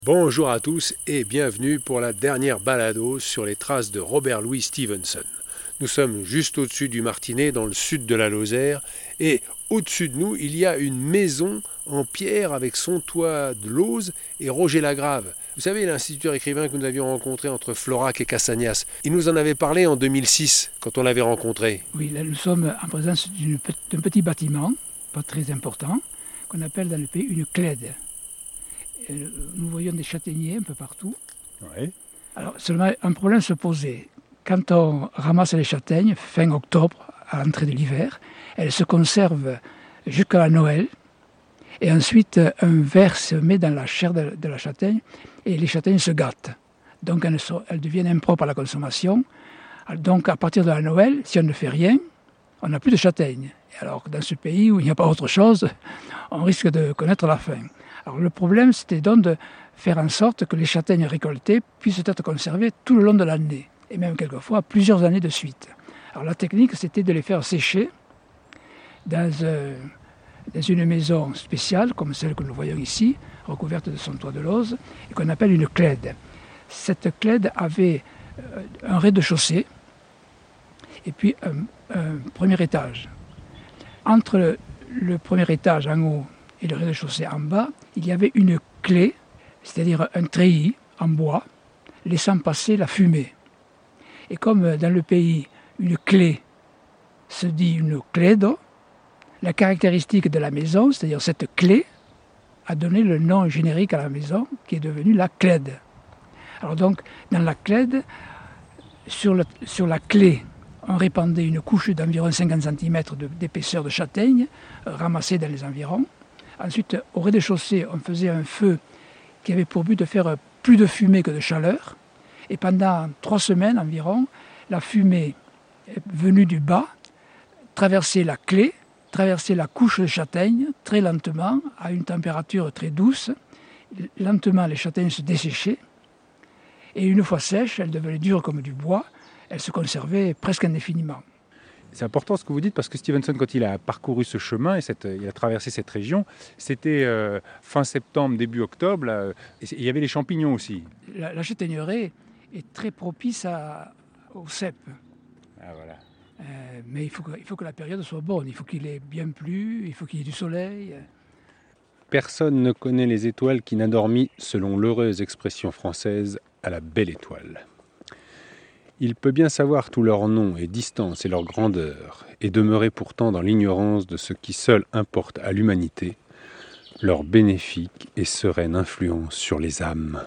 Bonjour à tous et bienvenue pour la dernière balado sur les traces de Robert Louis Stevenson. Nous sommes juste au-dessus du Martinet, dans le sud de la Lozère, et au-dessus de nous, il y a une maison en pierre avec son toit de lauze et Roger Lagrave. Vous savez, l'instituteur écrivain que nous avions rencontré entre Florac et Cassagnas. Il nous en avait parlé en 2006, quand on l'avait rencontré. Oui, là nous sommes en présence d'un petit bâtiment, pas très important, qu'on appelle dans le pays une clède. Nous voyons des châtaigniers un peu partout. Oui. Alors seulement un problème se posait. Quand on ramasse les châtaignes, fin octobre, à l'entrée de l'hiver, elles se conservent jusqu'à la Noël. Et ensuite, un ver se met dans la chair de la châtaigne et les châtaignes se gâtent. Donc elles deviennent impropres à la consommation. Donc à partir de la Noël, si on ne fait rien, on n'a plus de châtaignes. Et alors dans ce pays où il n'y a pas autre chose, on risque de connaître la faim. Alors le problème, c'était donc de faire en sorte que les châtaignes récoltées puissent être conservées tout le long de l'année, et même quelquefois plusieurs années de suite. Alors la technique, c'était de les faire sécher dans une maison spéciale, comme celle que nous voyons ici, recouverte de son toit de lauze, et qu'on appelle une clède. Cette clède avait un rez-de-chaussée, et puis un premier étage. Entre le premier étage en haut et le rez-de-chaussée en bas, il y avait une clé, c'est-à-dire un treillis en bois, laissant passer la fumée. Et comme dans le pays, une clé se dit une clédo, la caractéristique de la maison, c'est-à-dire cette clé, a donné le nom générique à la maison, qui est devenue la clède. Alors donc, dans la clède, sur la clé, on répandait une couche d'environ 50 cm d'épaisseur de châtaigne, ramassée dans les environs. Ensuite, au rez-de-chaussée, on faisait un feu qui avait pour but de faire plus de fumée que de chaleur. Et pendant 3 semaines environ, la fumée venue du bas traversait la clé, traversait la couche de châtaigne très lentement, à une température très douce. Lentement, les châtaignes se desséchaient. Et une fois sèches, elles devenaient dures comme du bois. Elles se conservaient presque indéfiniment. C'est important ce que vous dites parce que Stevenson, quand il a parcouru ce chemin et il a traversé cette région, c'était fin septembre, début octobre, là, et il y avait les champignons aussi. La châtaigneraie est très propice au cèpe. Ah, voilà. Mais il faut que la période soit bonne. Il faut qu'il ait bien plu, il faut qu'il y ait du soleil. Personne ne connaît les étoiles qui n'a dormi, selon l'heureuse expression française, à la belle étoile. Il peut bien savoir tous leurs noms et distances et leur grandeur, et demeurer pourtant dans l'ignorance de ce qui seul importe à l'humanité, leur bénéfique et sereine influence sur les âmes.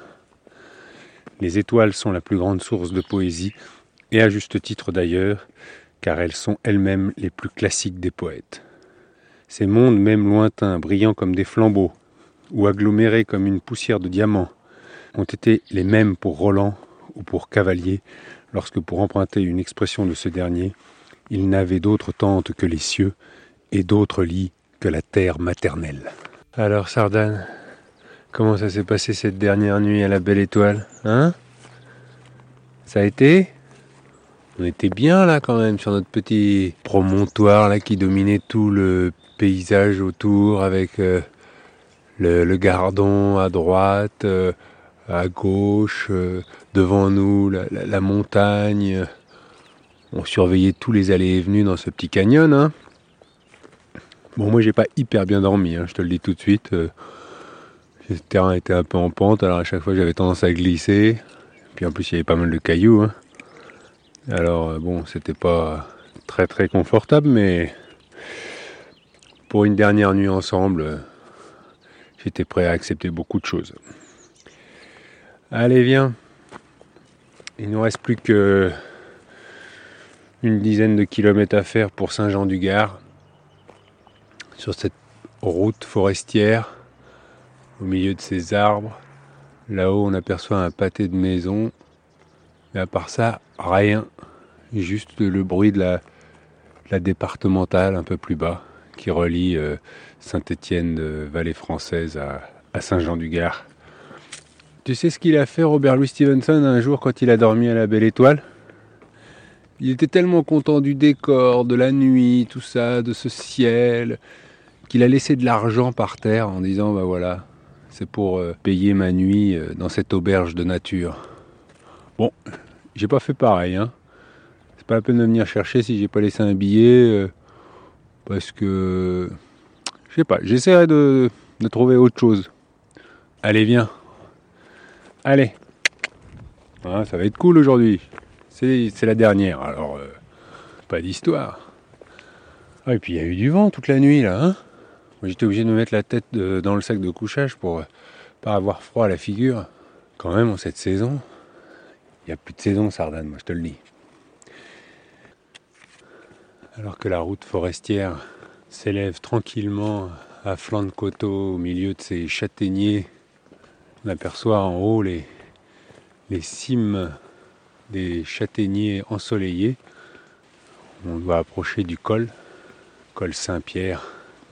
Les étoiles sont la plus grande source de poésie, et à juste titre d'ailleurs, car elles sont elles-mêmes les plus classiques des poètes. Ces mondes même lointains, brillants comme des flambeaux, ou agglomérés comme une poussière de diamants, ont été les mêmes pour Roland ou pour Cavalier, lorsque, pour emprunter une expression de ce dernier, il n'avait d'autre tente que les cieux et d'autre lit que la terre maternelle. Alors Sardane, comment ça s'est passé cette dernière nuit à la Belle Étoile, hein? Ça a été? On était bien là quand même sur notre petit promontoire là qui dominait tout le paysage autour avec le Gardon à droite, à gauche, devant nous la montagne. On surveillait tous les allées et venues dans ce petit canyon, hein. Bon, moi j'ai pas hyper bien dormi, hein, je te le dis tout de suite. Le terrain était un peu en pente, alors à chaque fois j'avais tendance à glisser. Puis en plus il y avait pas mal de cailloux, hein. Alors bon, c'était pas très très confortable, mais pour une dernière nuit ensemble, j'étais prêt à accepter beaucoup de choses. Allez, viens. Il nous reste plus que une dizaine de kilomètres à faire pour Saint-Jean-du-Gard. Sur cette route forestière, au milieu de ces arbres. Là-haut, on aperçoit un pâté de maisons. Mais à part ça, rien. Juste le bruit de la départementale un peu plus bas, qui relie Saint-Étienne de Vallée-Française à Saint-Jean-du-Gard. Tu sais ce qu'il a fait Robert Louis Stevenson un jour quand il a dormi à la Belle Étoile? Il était tellement content du décor, de la nuit, tout ça, de ce ciel, qu'il a laissé de l'argent par terre en disant, bah voilà, C'est pour payer ma nuit dans cette auberge de nature. Bon, j'ai pas fait pareil, hein. C'est pas la peine de venir chercher si j'ai pas laissé un billet, parce que, je sais pas, j'essaierai de trouver autre chose. Allez, viens. Allez. Hein, ça va être cool aujourd'hui. C'est la dernière, alors pas d'histoire. Ah, et puis il y a eu du vent toute la nuit là, hein. Moi j'étais obligé de me mettre la tête dans le sac de couchage pour pas avoir froid à la figure. Quand même, en cette saison, il n'y a plus de saison Sardane, moi je te le dis. Alors que la route forestière s'élève tranquillement à flanc de coteau au milieu de ces châtaigniers, on aperçoit en haut les cimes des châtaigniers ensoleillés. On doit approcher du col Saint-Pierre.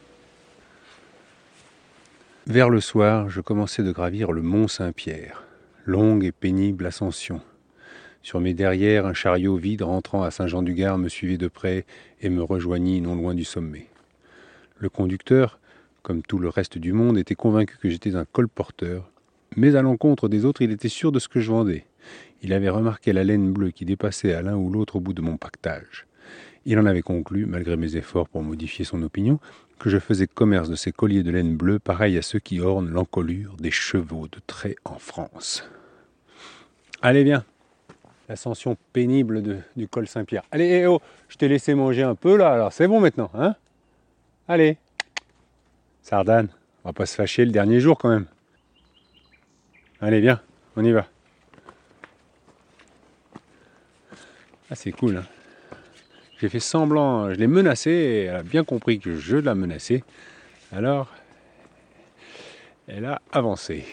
Vers le soir, je commençais de gravir le mont Saint-Pierre, longue et pénible ascension. Sur mes derrières, un chariot vide rentrant à Saint-Jean-du-Gard me suivait de près et me rejoignit non loin du sommet. Le conducteur, comme tout le reste du monde, était convaincu que j'étais un colporteur, mais à l'encontre des autres, il était sûr de ce que je vendais. Il avait remarqué la laine bleue qui dépassait à l'un ou l'autre bout de mon pactage. Il en avait conclu, malgré mes efforts pour modifier son opinion, que je faisais commerce de ces colliers de laine bleue pareils à ceux qui ornent l'encolure des chevaux de trait en France. Allez, viens. L'ascension pénible du col Saint-Pierre. Allez, je t'ai laissé manger un peu là, alors c'est bon maintenant, hein? Allez. Sardane, on va pas se fâcher le dernier jour quand même. Allez, viens, on y va. Ah, c'est cool, hein. J'ai fait semblant, je l'ai menacée et elle a bien compris que je la menaçais. Alors, elle a avancé.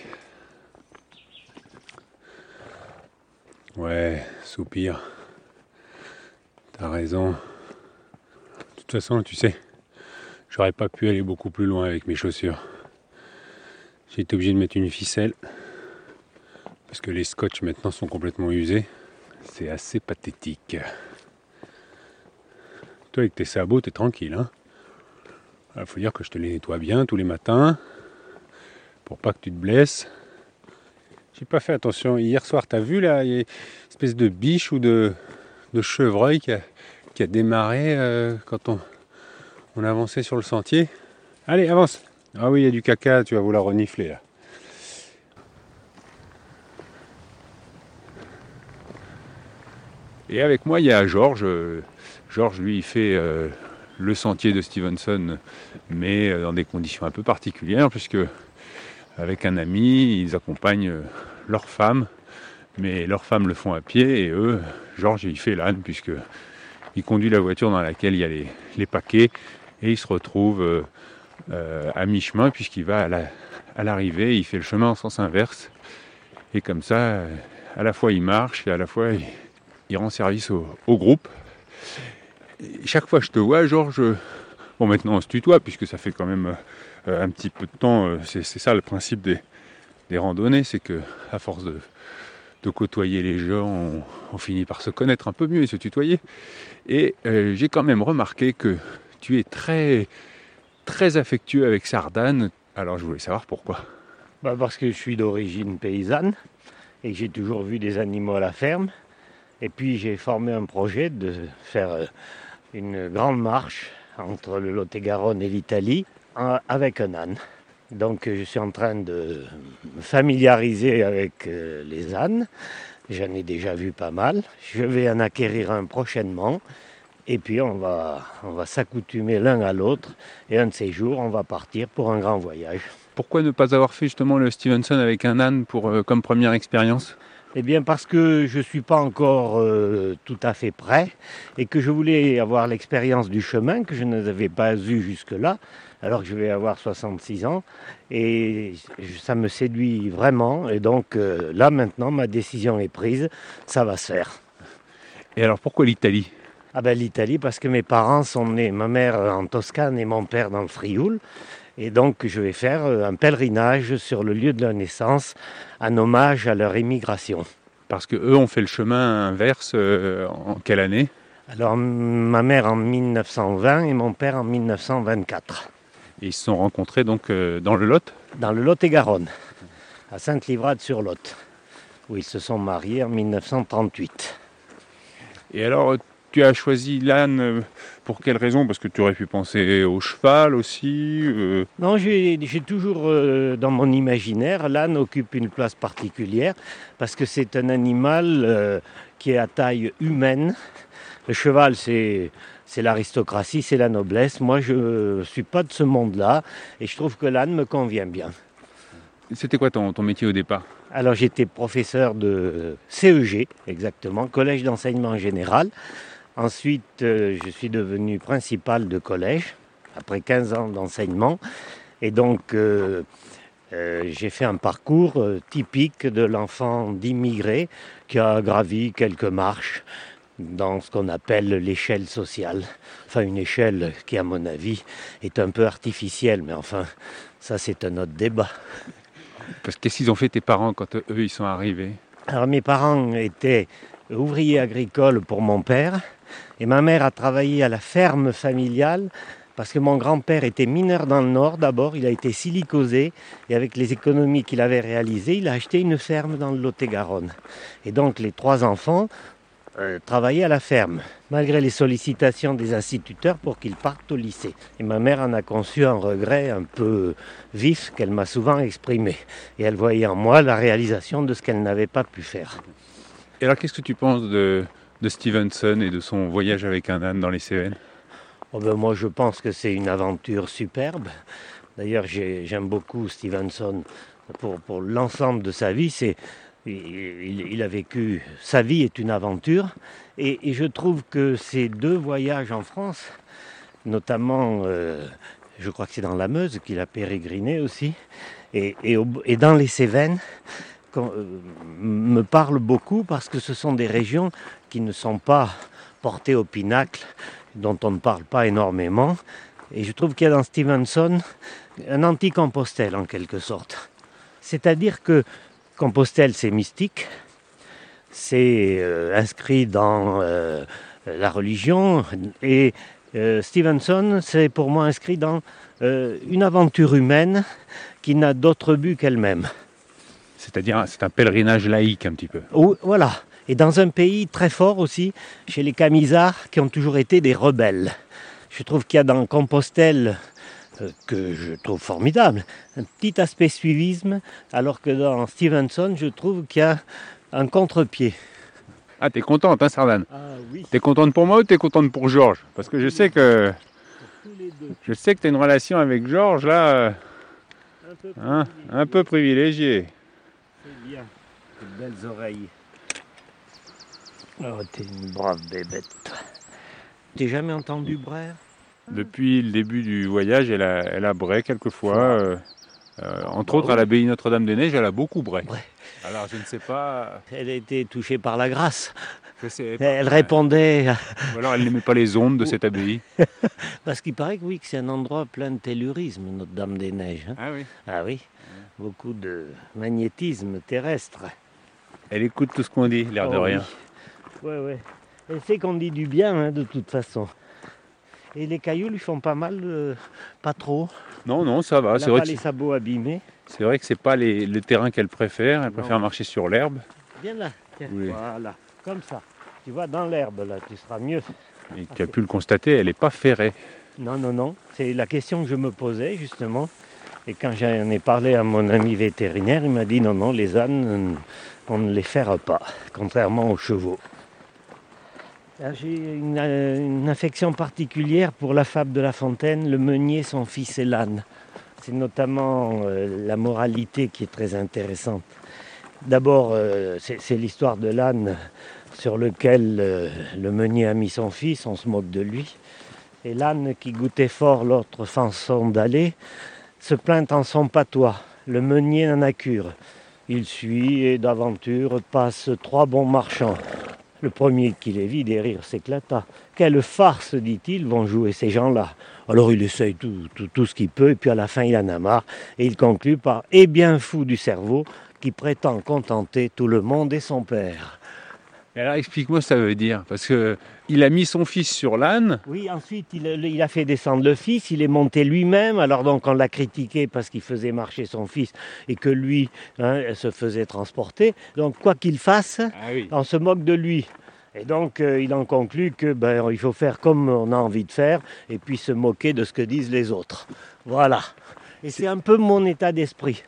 Ouais, soupir. T'as raison. De toute façon, tu sais, j'aurais pas pu aller beaucoup plus loin avec mes chaussures. J'ai été obligé de mettre une ficelle. Parce que les scotch maintenant sont complètement usés. C'est assez pathétique. Toi, avec tes sabots, t'es tranquille, hein. Il faut dire que je te les nettoie bien tous les matins. Pour pas que tu te blesses. J'ai pas fait attention. Hier soir, t'as vu là, il y a une espèce de biche ou de chevreuil qui a démarré quand on avançait sur le sentier. Allez, avance. Ah oui, il y a du caca, tu vas vouloir renifler là. Et avec moi, il y a Georges. Georges, lui, il fait le sentier de Stevenson, mais dans des conditions un peu particulières, puisque avec un ami, ils accompagnent leurs femmes, mais leurs femmes le font à pied, et eux, Georges, il fait l'âne, puisqu'il conduit la voiture dans laquelle il y a les paquets, et il se retrouve à mi-chemin, puisqu'il va à l'arrivée, il fait le chemin en sens inverse, et comme ça, à la fois il marche, et à la fois il rend service au groupe. Et chaque fois que je te vois, Georges, bon maintenant on se tutoie, puisque ça fait quand même un petit peu de temps, c'est ça le principe des randonnées, c'est que à force de côtoyer les gens, on finit par se connaître un peu mieux et se tutoyer. Et j'ai quand même remarqué que tu es très, très affectueux avec Sardane. Alors je voulais savoir pourquoi. Parce que je suis d'origine paysanne et que j'ai toujours vu des animaux à la ferme. Et puis j'ai formé un projet de faire une grande marche entre le Lot-et-Garonne et l'Italie avec un âne. Donc je suis en train de me familiariser avec les ânes. J'en ai déjà vu pas mal. Je vais en acquérir un prochainement. Et puis on va s'accoutumer l'un à l'autre. Et un de ces jours, on va partir pour un grand voyage. Pourquoi ne pas avoir fait justement le Stevenson avec un âne comme première expérience ? Eh bien parce que je ne suis pas encore tout à fait prêt et que je voulais avoir l'expérience du chemin que je n'avais pas eu jusque-là, alors que je vais avoir 66 ans. Et ça me séduit vraiment. Et donc là maintenant, ma décision est prise, ça va se faire. Et alors pourquoi l'Italie ? L'Italie parce que mes parents sont nés, ma mère en Toscane et mon père dans le Frioul. Et donc je vais faire un pèlerinage sur le lieu de leur naissance en hommage à leur émigration. Parce qu'eux ont fait le chemin inverse en quelle année ? Alors ma mère en 1920 et mon père en 1924. Et ils se sont rencontrés donc dans le Lot. Dans le Lot-et-Garonne, à Sainte-Livrade-sur-Lot, où ils se sont mariés en 1938. Et alors, tu as choisi l'âne pour quelle raison? Parce que tu aurais pu penser au cheval aussi. Non, j'ai toujours dans mon imaginaire, l'âne occupe une place particulière parce que c'est un animal qui est à taille humaine. Le cheval, c'est l'aristocratie, c'est la noblesse. Moi, je ne suis pas de ce monde-là et je trouve que l'âne me convient bien. C'était quoi ton métier au départ? Alors, j'étais professeur de CEG, exactement, collège d'enseignement général. Ensuite, je suis devenu principal de collège, après 15 ans d'enseignement. Et donc, j'ai fait un parcours typique de l'enfant d'immigré qui a gravi quelques marches dans ce qu'on appelle l'échelle sociale. Enfin, une échelle qui, à mon avis, est un peu artificielle. Mais enfin, ça, c'est un autre débat. Parce que qu'est-ce qu'ils ont fait tes parents quand eux, ils sont arrivés? Alors, mes parents étaient ouvriers agricoles pour mon père. Et ma mère a travaillé à la ferme familiale parce que mon grand-père était mineur dans le Nord d'abord, il a été silicosé et avec les économies qu'il avait réalisées, il a acheté une ferme dans le Lot-et-Garonne. Et donc les 3 enfants travaillaient à la ferme, malgré les sollicitations des instituteurs pour qu'ils partent au lycée. Et ma mère en a conçu un regret un peu vif qu'elle m'a souvent exprimé. Et elle voyait en moi la réalisation de ce qu'elle n'avait pas pu faire. Et alors qu'est-ce que tu penses de Stevenson et de son voyage avec un âne dans les Cévennes? Moi, je pense que c'est une aventure superbe. D'ailleurs, j'aime beaucoup Stevenson pour l'ensemble de sa vie. Il a vécu... Sa vie est une aventure. Et je trouve que ces 2 voyages en France, notamment, je crois que c'est dans la Meuse qu'il a pérégriné aussi, et dans les Cévennes, me parlent beaucoup parce que ce sont des régions qui ne sont pas portées au pinacle, dont on ne parle pas énormément. Et je trouve qu'il y a dans Stevenson un anti-Compostelle en quelque sorte. C'est-à-dire que Compostelle, c'est mystique, c'est inscrit dans la religion, et Stevenson, c'est pour moi inscrit dans une aventure humaine qui n'a d'autre but qu'elle-même. C'est-à-dire, c'est un pèlerinage laïque un petit peu. Voilà. Et dans un pays très fort aussi, chez les Camisards, qui ont toujours été des rebelles. Je trouve qu'il y a dans Compostelle, que je trouve formidable, un petit aspect suivisme, alors que dans Stevenson, je trouve qu'il y a un contre-pied. Ah, t'es contente, hein, Sardane? Ah oui. T'es contente pour moi ou t'es contente pour Georges? Parce que je sais que t'as une relation avec Georges, là, un peu privilégiée. C'est bien, tes belles oreilles. Oh, t'es une brave bébête. T'as jamais entendu braire? Depuis le début du voyage, elle a braie quelquefois. Entre autres, à l'abbaye Notre-Dame-des-Neiges, elle a beaucoup braie. Ouais. Alors, je ne sais pas... Elle a été touchée par la grâce. Je sais pas. Elle répondait... Ou alors, elle n'aimait pas les ondes de cette abbaye. Parce qu'il paraît que oui, que c'est un endroit plein de tellurisme, Notre-Dame-des-Neiges. Hein. Ah oui. Ah oui, beaucoup de magnétisme terrestre. Elle écoute tout ce qu'on dit, l'air de rien. Oui. Ouais. Elle sait qu'on dit du bien, hein, de toute façon. Et les cailloux lui font pas mal, pas trop. Non, ça va. Elle n'a pas les sabots abîmés. C'est vrai que c'est pas le terrain qu'elle préfère. Elle préfère marcher sur l'herbe. Viens là, tiens. Oui. Voilà, comme ça. Tu vois, dans l'herbe, là, tu seras mieux. Et tu as pu le constater, elle n'est pas ferrée. Non. C'est la question que je me posais, justement. Et quand j'en ai parlé à mon ami vétérinaire, il m'a dit non, les ânes, on ne les ferre pas, contrairement aux chevaux. J'ai une affection particulière pour la fable de La Fontaine, le meunier, son fils et l'âne. C'est notamment la moralité qui est très intéressante. D'abord, c'est l'histoire de l'âne sur lequel le meunier a mis son fils, on se moque de lui. Et l'âne qui goûtait fort l'autre façon d'aller, se plaint en son patois. Le meunier n'en a cure. Il suit et d'aventure passe 3 bons marchands. Le premier qui les vit, des rires s'éclata. Quelle farce, dit-il, vont jouer ces gens-là. Alors il essaye tout ce qu'il peut, et puis à la fin il en a marre. Et il conclut par « Eh bien fou du cerveau, qui prétend contenter tout le monde et son père ». Alors explique-moi ce que ça veut dire, parce qu'il a mis son fils sur l'âne. Oui, ensuite il a fait descendre le fils, il est monté lui-même, alors donc on l'a critiqué parce qu'il faisait marcher son fils et que lui se faisait transporter. Donc quoi qu'il fasse, on se moque de lui. Et donc il en conclut que il faut faire comme on a envie de faire et puis se moquer de ce que disent les autres. Voilà. Et c'est un peu mon état d'esprit.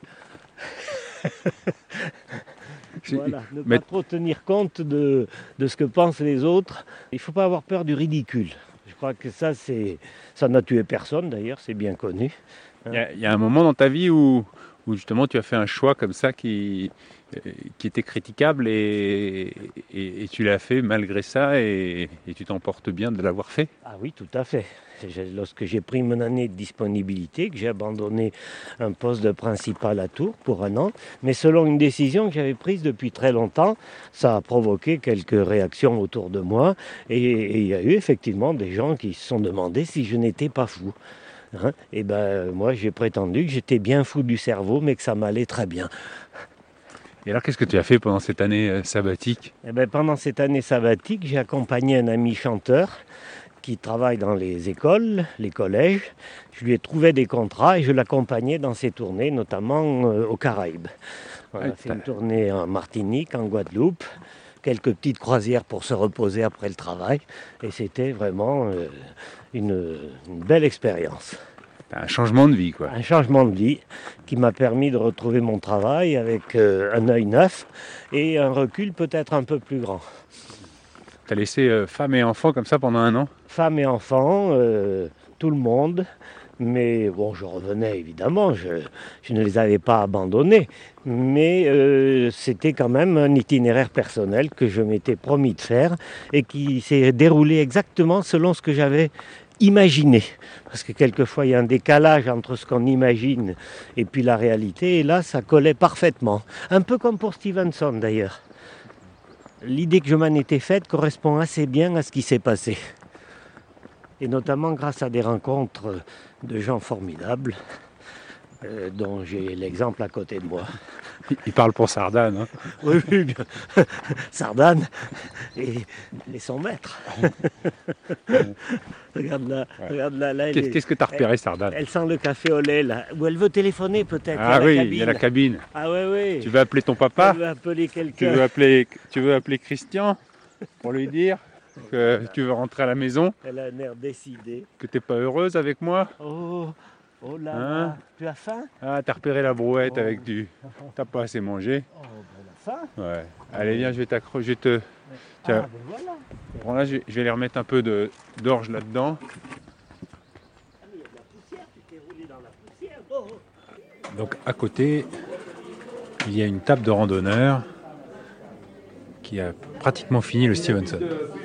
Voilà, ne pas trop tenir compte de ce que pensent les autres. Il ne faut pas avoir peur du ridicule. Je crois que ça n'a tué personne d'ailleurs, c'est bien connu. Il y a un moment dans ta vie où justement tu as fait un choix comme ça qui était critiquable et tu l'as fait malgré ça et tu t'en portes bien de l'avoir fait. Ah oui, tout à fait. Lorsque j'ai pris mon année de disponibilité, que j'ai abandonné un poste de principal à Tours pour 1 an, mais selon une décision que j'avais prise depuis très longtemps, ça a provoqué quelques réactions autour de moi et il y a eu effectivement des gens qui se sont demandé si je n'étais pas fou. Et moi j'ai prétendu que j'étais bien fou du cerveau mais que ça m'allait très bien. Et alors qu'est-ce que tu as fait pendant cette année sabbatique ? Pendant cette année sabbatique, j'ai accompagné un ami chanteur qui travaille dans les écoles, les collèges. Je lui ai trouvé des contrats et je l'accompagnais dans ses tournées, notamment aux Caraïbes. On a fait une tournée en Martinique, en Guadeloupe, quelques petites croisières pour se reposer après le travail. Et c'était vraiment une belle expérience. Un changement de vie, quoi. Un changement de vie qui m'a permis de retrouver mon travail avec un œil neuf et un recul peut-être un peu plus grand. Tu as laissé femme et enfants comme ça pendant 1 an ? Femme et enfants, tout le monde. Mais bon, je revenais évidemment, je ne les avais pas abandonnés. Mais c'était quand même un itinéraire personnel que je m'étais promis de faire et qui s'est déroulé exactement selon ce que j'avais imaginé. Parce que quelquefois, il y a un décalage entre ce qu'on imagine et puis la réalité. Et là, ça collait parfaitement. Un peu comme pour Stevenson d'ailleurs. L'idée que je m'en étais faite correspond assez bien à ce qui s'est passé. Et notamment grâce à des rencontres de gens formidables, dont j'ai l'exemple à côté de moi. Il parle pour Sardane. Hein. Oui, bien. Sardane et son maître. Regarde là, Ouais. regarde là. Qu'est-ce que tu as repéré, Sardane ? Elle sent le café au lait, là. Ou elle veut téléphoner peut-être. Ah oui, il y a la cabine. Ah oui. Tu veux appeler ton papa ? Elle veut appeler Tu quelqu'un. veux appeler Christian pour lui dire que tu veux rentrer à la maison, Elle a un air décidé. que tu n'es pas heureuse avec moi ? Oh là Hein là. Tu as faim ? Ah, t'as repéré la brouette Oh. avec du... T'as pas assez mangé ? Elle a faim. Ouais. Allez, viens, je vais t'accrocher. Tiens. Voilà. Bon, là, je vais aller remettre un peu d'orge là-dedans. Il y a de la poussière, tu t'es roulé dans la poussière. Donc, à côté, il y a une table de randonneurs qui a pratiquement fini le Stevenson.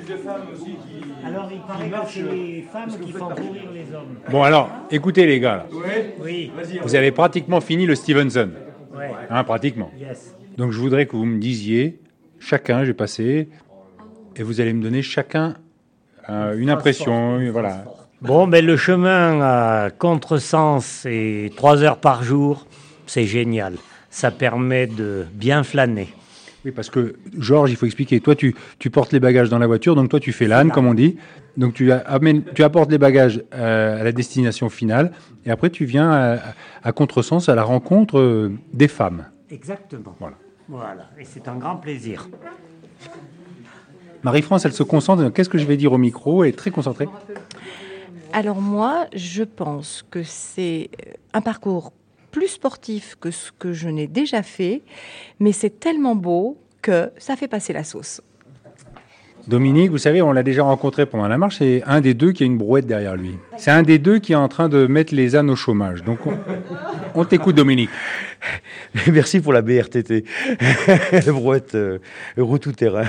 Alors il paraît que c'est les femmes qui font courir les hommes. Bon, alors, écoutez les gars, là. Oui. Vous avez pratiquement fini le Stevenson. Ouais. Hein, pratiquement. Yes. Donc, je voudrais que vous me disiez, chacun, je vais passer, et vous allez me donner chacun une impression. Voilà. Bon, le chemin à contresens et 3 heures par jour, c'est génial. Ça permet de bien flâner. Oui, parce que, Georges, il faut expliquer. Toi, tu portes les bagages dans la voiture, donc toi, tu fais l'âne, comme on dit. Donc, tu apportes les bagages à la destination finale, et après, tu viens à contresens à la rencontre des femmes. Exactement. Voilà. Et c'est un grand plaisir. Marie-France, elle se concentre. Qu'est-ce que je vais dire au micro? Elle est très concentrée. Alors moi, je pense que c'est un parcours plus sportif que ce que je n'ai déjà fait, mais c'est tellement beau que ça fait passer la sauce. Dominique, vous savez, on l'a déjà rencontré pendant la marche, c'est un des deux qui a une brouette derrière lui. C'est un des deux qui est en train de mettre les ânes au chômage. Donc, on t'écoute, Dominique. Merci pour la BRTT, la brouette roue tout-terrain.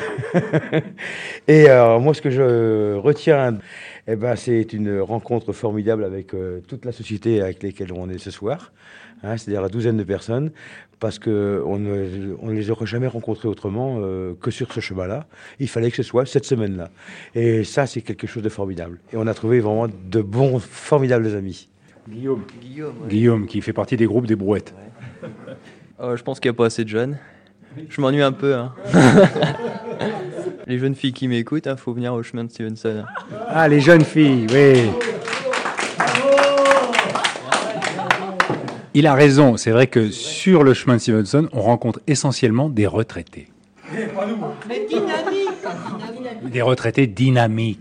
Et moi, ce que je retiens, c'est une rencontre formidable avec toute la société avec laquelle on est ce soir, c'est-à-dire la douzaine de personnes, parce qu'on ne les aurait jamais rencontrés autrement que sur ce chemin-là. Il fallait que ce soit cette semaine-là. Et ça, c'est quelque chose de formidable. Et on a trouvé vraiment de bons, formidables amis. Guillaume, qui fait partie des groupes des brouettes. Je pense qu'il n'y a pas assez de jeunes. Je m'ennuie un peu. Les jeunes filles qui m'écoutent, faut venir au chemin de Stevenson. Ah, les jeunes filles, oui. Il a raison, c'est vrai que sur le chemin de Stevenson, on rencontre essentiellement des retraités. Mais dynamique. Des retraités dynamiques.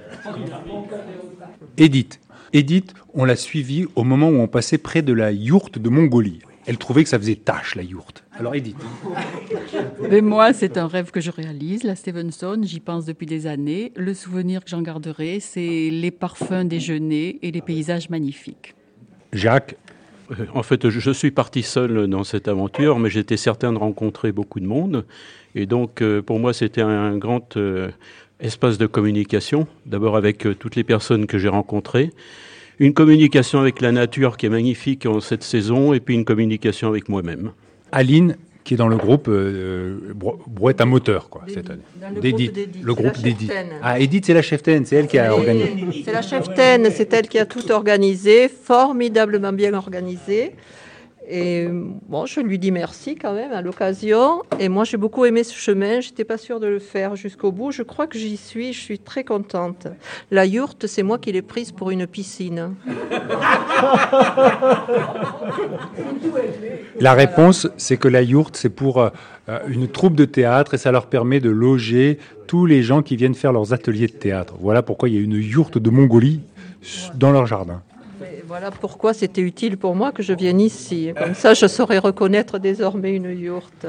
Edith, on l'a suivie au moment où on passait près de la yourte de Mongolie. Elle trouvait que ça faisait tache, la yourte. Alors Edith. Mais moi, c'est un rêve que je réalise, la Stevenson, j'y pense depuis des années. Le souvenir que j'en garderai, c'est les parfums déjeuners et les paysages magnifiques. Jacques. En fait, je suis parti seul dans cette aventure, mais j'étais certain de rencontrer beaucoup de monde. Et donc, pour moi, c'était un grand espace de communication. D'abord avec toutes les personnes que j'ai rencontrées. Une communication avec la nature qui est magnifique en cette saison, et puis une communication avec moi-même. Aline, qui est dans le groupe Brouette à moteur, quoi, cette année. Le groupe d'Edith. Ah, Edith, c'est la cheftaine, c'est elle qui a organisé. C'est la cheftaine, c'est elle qui a tout organisé, formidablement bien organisé. Et bon, je lui dis merci quand même à l'occasion. Et moi, j'ai beaucoup aimé ce chemin. Je n'étais pas sûre de le faire jusqu'au bout. Je crois que j'y suis. Je suis très contente. La yourte, c'est moi qui l'ai prise pour une piscine. La réponse, c'est que la yourte, c'est pour une troupe de théâtre et ça leur permet de loger tous les gens qui viennent faire leurs ateliers de théâtre. Voilà pourquoi il y a une yourte de Mongolie dans leur jardin. Mais voilà pourquoi c'était utile pour moi que je vienne ici. Comme ça, je saurais reconnaître désormais une yourte.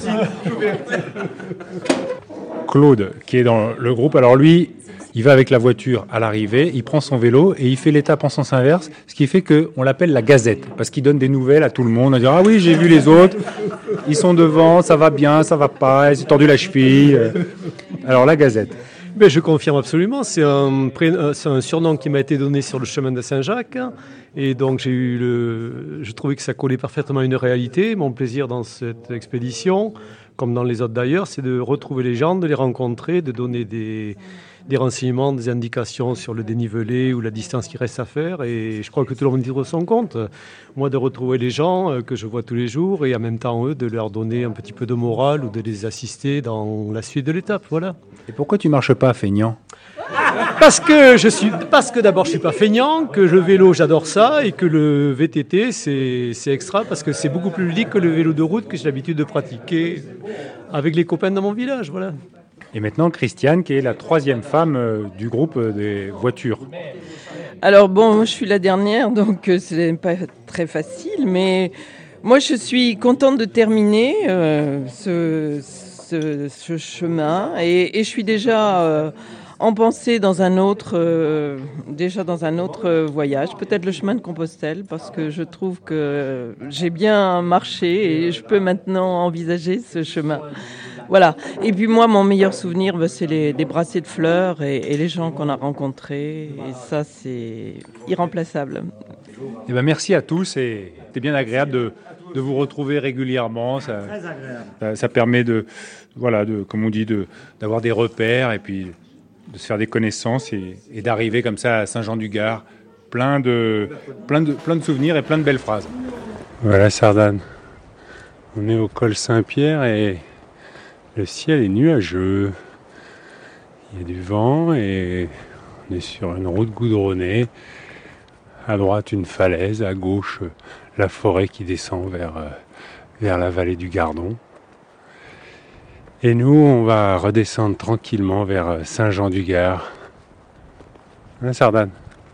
Claude, qui est dans le groupe, alors lui, il va avec la voiture à l'arrivée, il prend son vélo et il fait l'étape en sens inverse, ce qui fait qu'on l'appelle la gazette, parce qu'il donne des nouvelles à tout le monde, on dit « Ah oui, j'ai vu les autres, ils sont devant, ça va bien, ça va pas, ils s'est tordu la cheville. » Alors la gazette. Ben, je confirme absolument, c'est un surnom qui m'a été donné sur le chemin de Saint-Jacques, et donc je trouvais que ça collait parfaitement à une réalité. Mon plaisir dans cette expédition, comme dans les autres d'ailleurs, c'est de retrouver les gens, de les rencontrer, de donner des renseignements, des indications sur le dénivelé ou la distance qu'il reste à faire. Et je crois que tout le monde y trouve son compte. Moi, de retrouver les gens que je vois tous les jours et en même temps, eux, de leur donner un petit peu de morale ou de les assister dans la suite de l'étape. Voilà. Et pourquoi tu marches pas, feignant ? Parce que d'abord, je suis pas feignant, que le vélo, j'adore ça, et que le VTT, c'est extra parce que c'est beaucoup plus ludique que le vélo de route que j'ai l'habitude de pratiquer avec les copains dans mon village. Voilà. Et maintenant, Christiane, qui est la troisième femme du groupe des voitures. Alors bon, je suis la dernière, donc c'est pas très facile, mais moi je suis contente de terminer ce chemin et je suis déjà en pensée dans un autre voyage, peut-être le chemin de Compostelle, parce que je trouve que j'ai bien marché et je peux maintenant envisager ce chemin. Voilà. Et puis moi, mon meilleur souvenir, c'est les brassées de fleurs et les gens qu'on a rencontrés. Et ça, c'est irremplaçable. Eh ben, merci à tous. Et c'était bien agréable de vous retrouver régulièrement. Très agréable. Ça permet comme on dit, d'avoir des repères et puis de se faire des connaissances et d'arriver comme ça à Saint-Jean-du-Gard, plein de souvenirs et plein de belles phrases. Voilà Sardane. On est au col Saint-Pierre et le ciel est nuageux. Il y a du vent et on est sur une route goudronnée. À droite, une falaise. À gauche, la forêt qui descend vers la vallée du Gardon. Et nous, on va redescendre tranquillement vers Saint-Jean-du-Gard. Hein, Sardane ?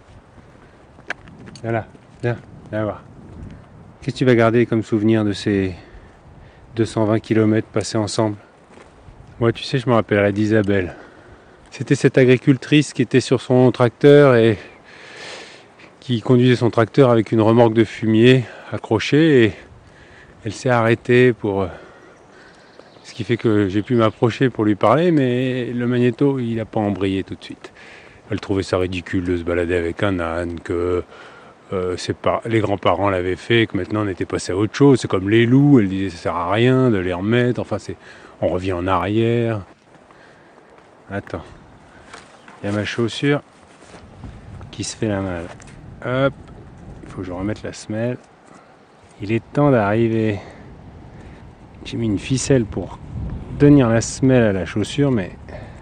Voilà, viens voir. Qu'est-ce que tu vas garder comme souvenir de ces 220 km passés ensemble ? Moi, tu sais, je me rappellerai d'Isabelle. C'était cette agricultrice qui était sur son tracteur et qui conduisait son tracteur avec une remorque de fumier accrochée et elle s'est arrêtée pour... Ce qui fait que j'ai pu m'approcher pour lui parler, mais le magnéto, il n'a pas embrayé tout de suite. Elle trouvait ça ridicule de se balader avec un âne, que les grands-parents l'avaient fait, que maintenant on était passé à autre chose. C'est comme les loups, elle disait ça sert à rien de les remettre, enfin on revient en arrière. Attends, il y a ma chaussure qui se fait la malle. Hop, il faut que je remette la semelle. Il est temps d'arriver. J'ai mis une ficelle pour tenir la semelle à la chaussure, mais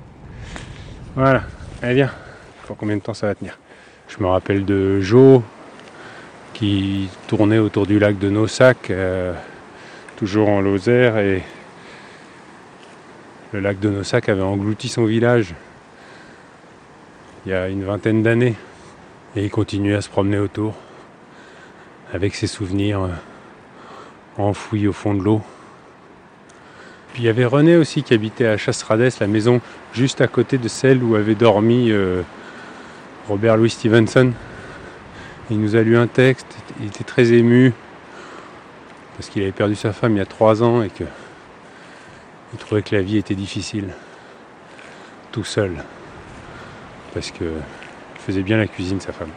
Voilà, allez viens. Pour combien de temps ça va tenir? Je me rappelle de Jo qui tournait autour du lac de Naussac, toujours en Lozère, et le lac de Naussac avait englouti son village il y a une vingtaine d'années, et il continuait à se promener autour avec ses souvenirs enfouis au fond de l'eau. Puis il y avait René aussi qui habitait à Chasseradès, la maison juste à côté de celle où avait dormi Robert Louis Stevenson. Il nous a lu un texte, il était très ému parce qu'il avait perdu sa femme il y a 3 ans et qu'il trouvait que la vie était difficile, tout seul, parce qu'il faisait bien la cuisine, sa femme.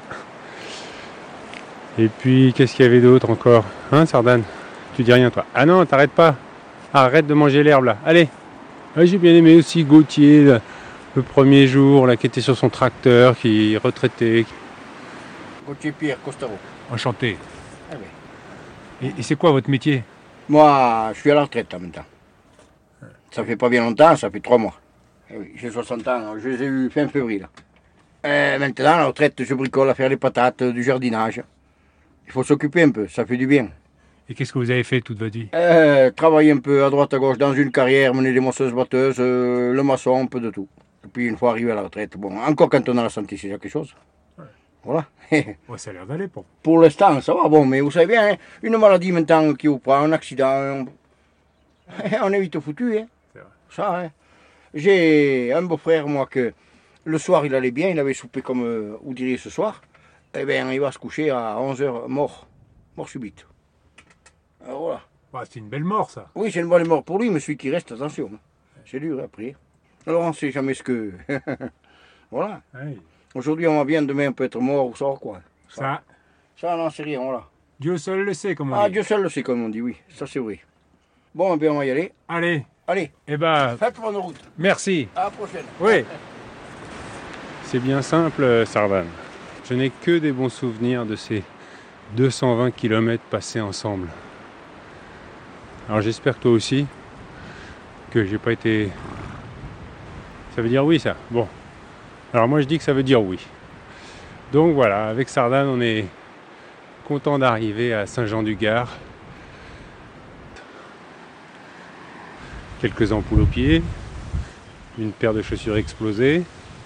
Et puis, qu'est-ce qu'il y avait d'autre encore? Hein, Sardane? Tu dis rien, toi? Ah non, t'arrêtes pas. Arrête de manger l'herbe, là. Allez. Ah, j'ai bien aimé aussi Gauthier, le premier jour, là, qui était sur son tracteur, qui est retraité. Gauthier Pierre Costaro. Enchanté. Ah oui. Et c'est quoi votre métier? Moi, je suis à la retraite en même temps. Ça fait pas bien longtemps, ça fait 3 mois. Eh oui, j'ai 60 ans, je les ai eus fin février. Là. Maintenant, à la retraite, je bricole à faire les patates, du jardinage. Il faut s'occuper un peu, ça fait du bien. Et qu'est-ce que vous avez fait toute votre vie? Travailler un peu à droite à gauche dans une carrière, mener des moisseuses-batteuses, le maçon, un peu de tout. Et puis une fois arrivé à la retraite, bon, encore quand on a la santé, c'est quelque chose. Ouais. Voilà. Ouais, ça a l'air d'aller pour. Pour l'instant, ça va, bon, mais vous savez bien, hein, une maladie maintenant qui vous prend, un accident, on est vite foutu. Hein. C'est vrai. Ça, hein. J'ai un beau-frère, moi, que le soir, il allait bien, il avait soupé comme vous diriez ce soir. Eh bien, il va se coucher à 11h, mort subite. Alors, voilà. Bah, c'est une belle mort, ça. Oui, c'est une bonne mort pour lui, mais celui qui reste, attention. C'est dur après. Alors, on ne sait jamais ce que... voilà. Oui. Aujourd'hui, on va bien, demain, on peut être mort ou ça, quoi. Ça, on n'en sait rien, voilà. Dieu seul le sait, comme on dit. Ah, Dieu seul le sait, comme on dit, oui. Ça, c'est vrai. Bon, eh bien, on va y aller. Allez. Allez. Eh ben, faites bonne route. Merci. À la prochaine. Oui. C'est bien simple, Sardane. Je n'ai que des bons souvenirs de ces 220 km passés ensemble. Alors j'espère que toi aussi, que j'ai pas été... Ça veut dire oui, ça? Bon. Alors moi je dis que ça veut dire oui. Donc voilà, avec Sardane, on est content d'arriver à Saint-Jean-du-Gard. Quelques ampoules aux pieds, une paire de chaussures explosées,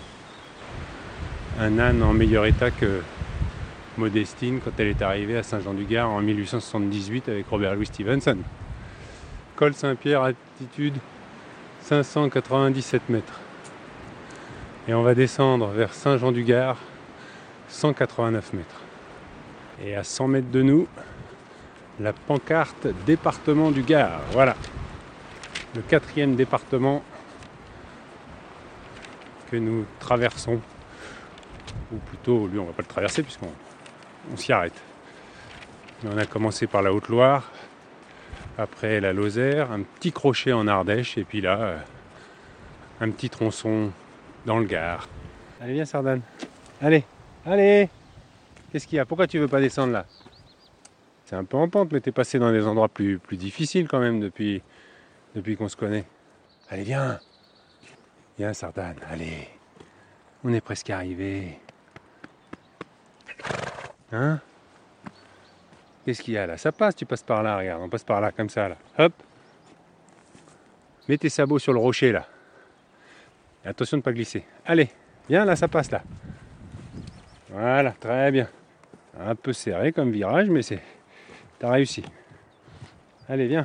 un âne en meilleur état que Modestine quand elle est arrivée à Saint-Jean-du-Gard en 1878 avec Robert Louis Stevenson. Col Saint-Pierre, altitude 597 mètres. Et on va descendre vers Saint-Jean-du-Gard, 189 mètres. Et à 100 mètres de nous, la pancarte département du Gard. Voilà. Le 4e département que nous traversons. Ou plutôt, lui, on ne va pas le traverser puisqu'on s'y arrête. Mais on a commencé par la Haute-Loire, après la Lozère, un petit crochet en Ardèche, et puis là, un petit tronçon dans le Gard. Allez, viens Sardane. Allez, allez. Qu'est-ce qu'il y a? Pourquoi tu veux pas descendre là? C'est un peu en pente, mais t'es passé dans des endroits plus difficiles quand même depuis qu'on se connaît. Allez, viens. Viens Sardane, allez. On est presque arrivé. Hein? Qu'est-ce qu'il y a là? Ça passe, tu passes par là, regarde, on passe par là, comme ça, là. Hop! Mets tes sabots sur le rocher, là. Et attention de ne pas glisser. Allez, viens, là, ça passe, là. Voilà, très bien. Un peu serré comme virage, mais t'as réussi. Allez, viens.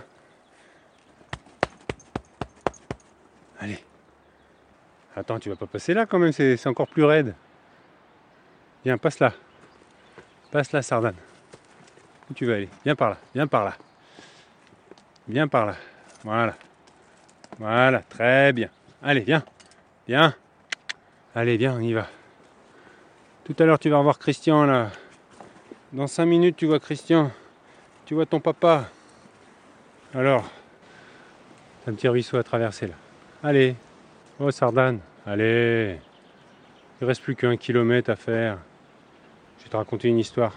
Allez. Attends, tu vas pas passer là, quand même, c'est encore plus raide. Viens, passe là. Passe là, Sardane. Où tu veux aller? Viens par là, viens par là. Viens par là. Voilà. Voilà, très bien. Allez, viens. Viens. Allez, viens, on y va. Tout à l'heure, tu vas revoir Christian, là. Dans 5 minutes, tu vois Christian. Tu vois ton papa. Alors, t'as un petit ruisseau à traverser, là. Allez. Oh, Sardane. Allez. Il ne reste plus qu'1 kilomètre à faire. Je vais te raconter une histoire.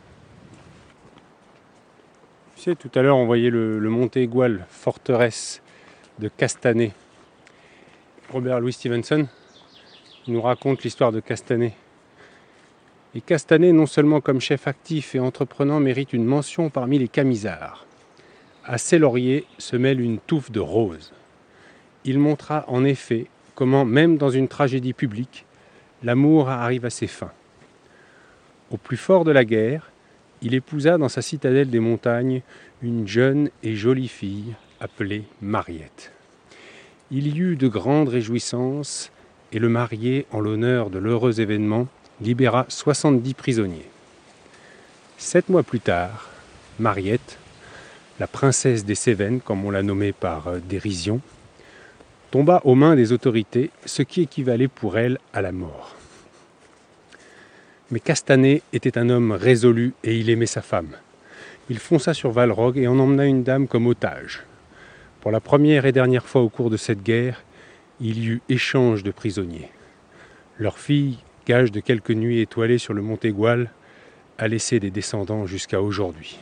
Tu sais, tout à l'heure, on voyait le Montégoal, forteresse de Castanet. Robert Louis Stevenson, Il nous raconte l'histoire de Castanet. Et Castanet, non seulement comme chef actif et entreprenant, mérite une mention parmi les camisards. À ses lauriers se mêle une touffe de roses. Il montra en effet comment, même dans une tragédie publique, l'amour arrive à ses fins. Au plus fort de la guerre, il épousa dans sa citadelle des montagnes une jeune et jolie fille appelée Mariette. Il y eut de grandes réjouissances et le marié, en l'honneur de l'heureux événement, libéra 70 prisonniers. 7 mois plus tard, Mariette, la princesse des Cévennes, comme on l'a nommée par dérision, tomba aux mains des autorités, ce qui équivalait pour elle à la mort. Mais Castanet était un homme résolu et il aimait sa femme. Il fonça sur Valrogge et en emmena une dame comme otage. Pour la première et dernière fois au cours de cette guerre, il y eut échange de prisonniers. Leur fille, gage de quelques nuits étoilées sur le Montégoal, a laissé des descendants jusqu'à aujourd'hui.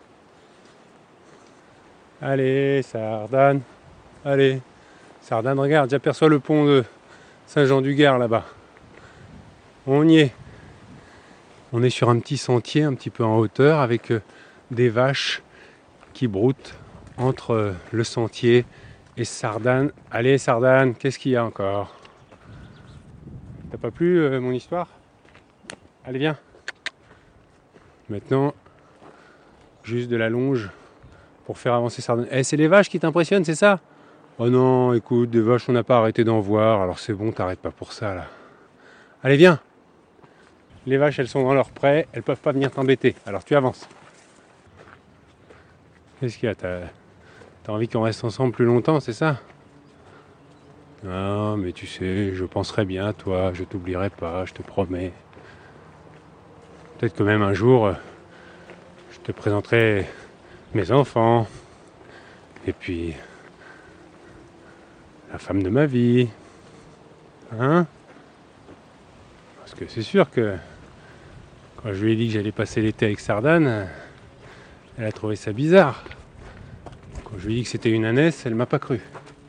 Allez, Sardane, allez. Sardane, regarde, j'aperçois le pont de Saint-Jean-du-Gard là-bas. On y est. On est sur un petit sentier, un petit peu en hauteur, avec des vaches qui broutent entre le sentier et Sardane. Allez, Sardane, qu'est-ce qu'il y a encore? T'as pas plu mon histoire? Allez, viens. Maintenant, juste de la longe pour faire avancer Sardane. C'est les vaches qui t'impressionnent, c'est ça? Oh non, écoute, des vaches, on n'a pas arrêté d'en voir, alors c'est bon, t'arrêtes pas pour ça, là. Allez, viens. Les vaches, elles sont dans leur pré, elles peuvent pas venir t'embêter, alors tu avances. Qu'est-ce qu'il y a? T'as envie qu'on reste ensemble plus longtemps, c'est ça? Non, mais tu sais, je penserai bien à toi, je t'oublierai pas, je te promets. Peut-être que même un jour, je te présenterai mes enfants, et puis la femme de ma vie. Hein? Parce que c'est sûr que quand je lui ai dit que j'allais passer l'été avec Sardane, elle a trouvé ça bizarre. Quand je lui ai dit que c'était une ânesse, elle m'a pas cru.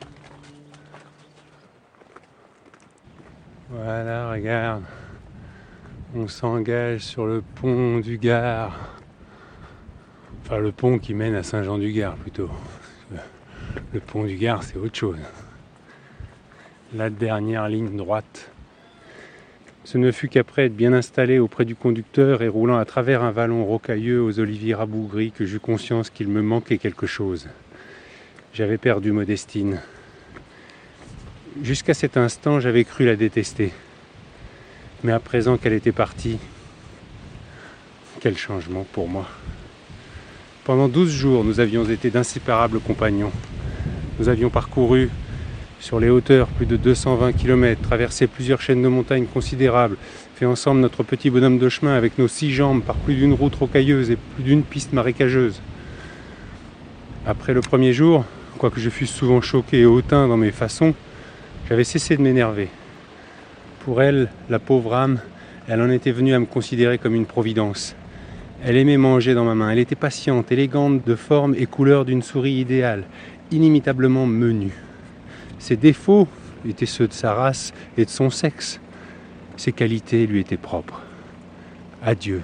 Voilà, regarde. On s'engage sur le pont du Gard. Enfin, le pont qui mène à Saint-Jean-du-Gard, plutôt. Le pont du Gard, c'est autre chose. La dernière ligne droite. Ce ne fut qu'après être bien installé auprès du conducteur et roulant à travers un vallon rocailleux aux oliviers rabougris que j'eus conscience qu'il me manquait quelque chose. J'avais perdu Modestine. Jusqu'à cet instant, j'avais cru la détester. Mais à présent qu'elle était partie, quel changement pour moi. Pendant 12 jours, nous avions été d'inséparables compagnons. Nous avions parcouru sur les hauteurs plus de 220 km, traversé plusieurs chaînes de montagnes considérables, fait ensemble notre petit bonhomme de chemin avec nos 6 jambes par plus d'une route rocailleuse et plus d'une piste marécageuse. Après le premier jour, quoique je fusse souvent choqué et hautain dans mes façons, j'avais cessé de m'énerver. Pour elle, la pauvre âme, elle en était venue à me considérer comme une providence. Elle aimait manger dans ma main, elle était patiente, élégante de forme et couleur d'une souris idéale, inimitablement menue. Ses défauts étaient ceux de sa race et de son sexe. Ses qualités lui étaient propres. Adieu.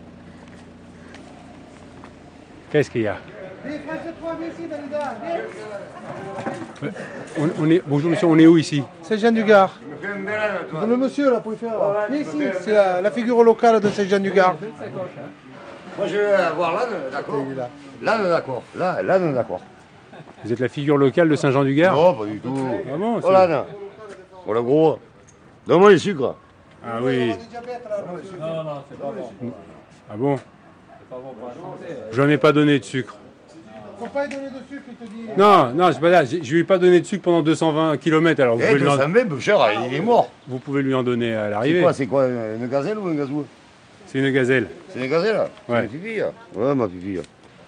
Qu'est-ce qu'il y a? Bonjour monsieur, on est où ici? Saint-Jean-du-Gard. Le monsieur là, pouvez faire. Ici, c'est la figure locale de Saint-Jean-du-Gard. Moi je vais voir l'âne, d'accord. L'âne, d'accord. L'âne, d'accord. Vous êtes la figure locale de Saint-Jean-du-Gard? Non, pas du tout. Ah bon, oh l'âne. Oh le gros. Donne-moi les sucres. Ah oui. Non, c'est pas bon. Ah bon? Je n'en ai pas donné de sucre. Faut pas lui donner de sucre, il te dit. Non, c'est pas ça. Je lui ai pas donné de sucre pendant 220 km. Alors vous pouvez lui en... il est mort. Vous pouvez lui en donner à l'arrivée. C'est quoi, une gazelle ou un gazou? C'est une gazelle. C'est une gazelle? Ouais. Ma fille. Ouais, ma fille.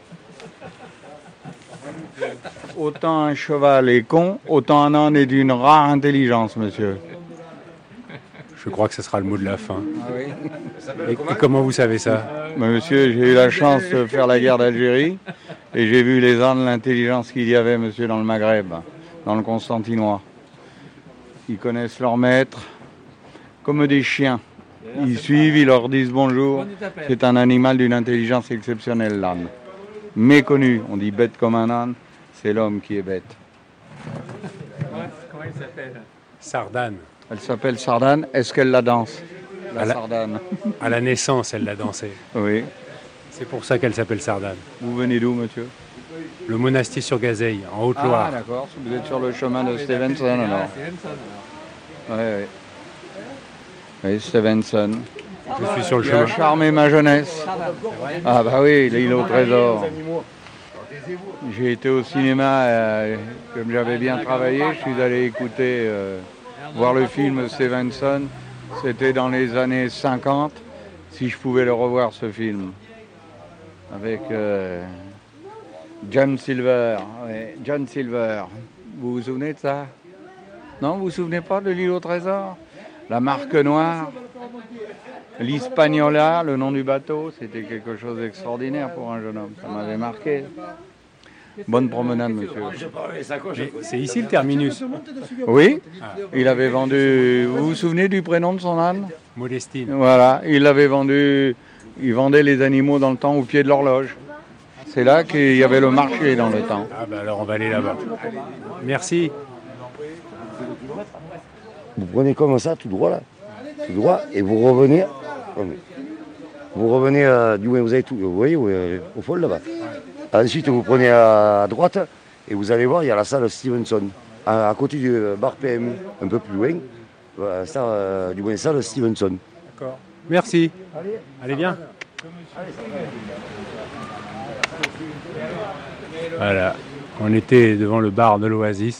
Autant un cheval est con, autant un âne est d'une rare intelligence, monsieur. Je crois que ce sera le mot de la fin. Ah oui. Et comment vous savez ça? Monsieur, j'ai eu la chance de faire la guerre d'Algérie et j'ai vu les ânes, l'intelligence qu'il y avait, monsieur, dans le Maghreb, dans le Constantinois. Ils connaissent leur maître comme des chiens. Ils suivent, ils leur disent bonjour. C'est un animal d'une intelligence exceptionnelle, l'âne. Méconnu, on dit bête comme un âne, c'est l'homme qui est bête. Comment elle s'appelle ? Sardane. Elle s'appelle Sardane. Est-ce qu'elle la danse ? Sardane. À la naissance, elle l'a dansé. Oui. C'est pour ça qu'elle s'appelle Sardane. Vous venez d'où, monsieur ? Le Monastier sur Gazeille, en Haute-Loire. Ah, d'accord. Vous êtes sur le chemin de Stevenson, alors. Oui, oui. Oui, Stevenson. Je suis sur le qui chemin. a charmé ma jeunesse. Ah bah oui, l'île au trésor. J'ai été au cinéma, comme j'avais bien travaillé, je suis allé écouter, voir le film Stevenson. C'était dans les années 50, si je pouvais le revoir, ce film. Avec John Silver. Ouais, John Silver. Vous vous souvenez de ça ? Non, vous vous souvenez pas de l'île au trésor ? La marque noire, l'Hispaniola, le nom du bateau, c'était quelque chose d'extraordinaire pour un jeune homme. Ça m'avait marqué. Bonne promenade, monsieur. Mais c'est ici le terminus. Oui, il avait vendu... Vous vous souvenez du prénom de son âne ? Modestine. Voilà, il l'avait vendu... Il vendait les animaux dans le temps au pied de l'horloge. C'est là qu'il y avait le marché dans le temps. Ah ben alors on va aller là-bas. Merci. Vous prenez comme ça, tout droit là, tout droit, et vous revenez, du moins vous avez tout, vous voyez, au fond là-bas. Ensuite vous prenez à droite et vous allez voir, il y a la salle Stevenson, à côté du bar PMU, un peu plus loin, du moins salle Stevenson. D'accord. Merci. Allez bien. Voilà, on était devant le bar de l'Oasis.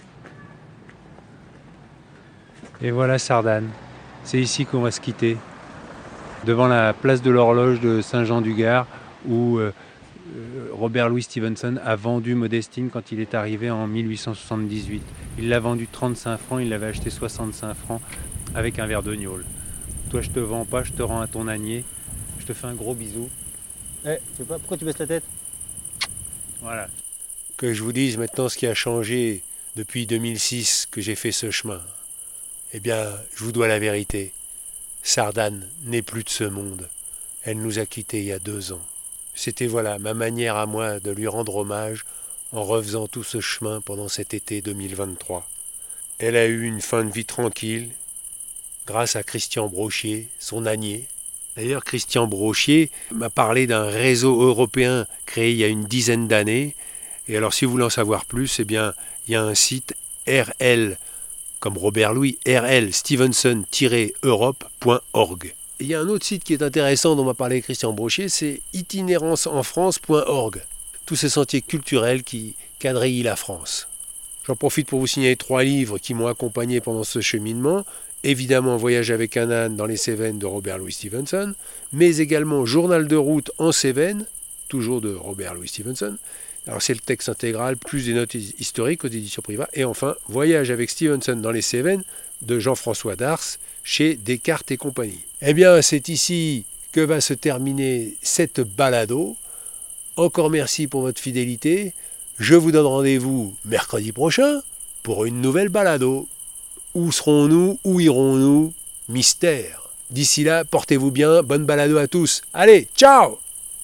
Et voilà Sardane. C'est ici qu'on va se quitter. Devant la place de l'horloge de Saint-Jean-du-Gard, où Robert Louis Stevenson a vendu Modestine quand il est arrivé en 1878. Il l'a vendu 35 francs, il l'avait acheté 65 francs avec un verre de gnôle. Toi, je te vends pas, je te rends à ton ânier. Je te fais un gros bisou. Tu sais pas pourquoi tu baisses la tête ? Voilà. Que je vous dise maintenant ce qui a changé depuis 2006 que j'ai fait ce chemin. Eh bien, je vous dois la vérité. Sardane n'est plus de ce monde. Elle nous a quittés il y a 2 ans. C'était voilà ma manière à moi de lui rendre hommage en refaisant tout ce chemin pendant cet été 2023. Elle a eu une fin de vie tranquille grâce à Christian Brochier, son ânier. D'ailleurs, Christian Brochier m'a parlé d'un réseau européen créé il y a une dizaine d'années. Et alors, si vous voulez en savoir plus, eh bien, il y a un site RL, comme Robert Louis, rl-stevenson-europe.org. Il y a un autre site qui est intéressant dont m'a parlé Christian Brochier, c'est itinéranceenfrance.org. Tous ces sentiers culturels qui quadrillent la France. J'en profite pour vous signaler 3 livres qui m'ont accompagné pendant ce cheminement. Évidemment, Voyage avec un âne dans les Cévennes de Robert Louis Stevenson, mais également Journal de route en Cévennes, toujours de Robert Louis Stevenson. Alors c'est le texte intégral, plus des notes historiques aux éditions Privat. Et enfin, Voyage avec Stevenson dans les Cévennes de Jean-François Dars chez Descartes et compagnie. Eh bien, c'est ici que va se terminer cette balado. Encore merci pour votre fidélité. Je vous donne rendez-vous mercredi prochain pour une nouvelle balado. Où serons-nous? Où irons-nous? Mystère. D'ici là, portez-vous bien. Bonne balado à tous. Allez, ciao!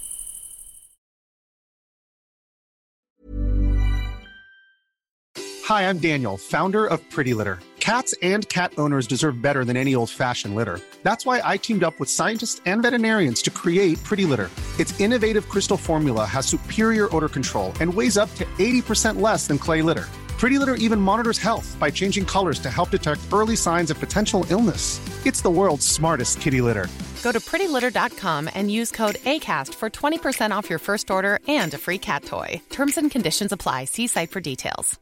Hi, I'm Daniel, founder of Pretty Litter. Cats and cat owners deserve better than any old-fashioned litter. That's why I teamed up with scientists and veterinarians to create Pretty Litter. Its innovative crystal formula has superior odor control and weighs up to 80% less than clay litter. Pretty Litter even monitors health by changing colors to help detect early signs of potential illness. It's the world's smartest kitty litter. Go to prettylitter.com and use code ACAST for 20% off your first order and a free cat toy. Terms and conditions apply. See site for details.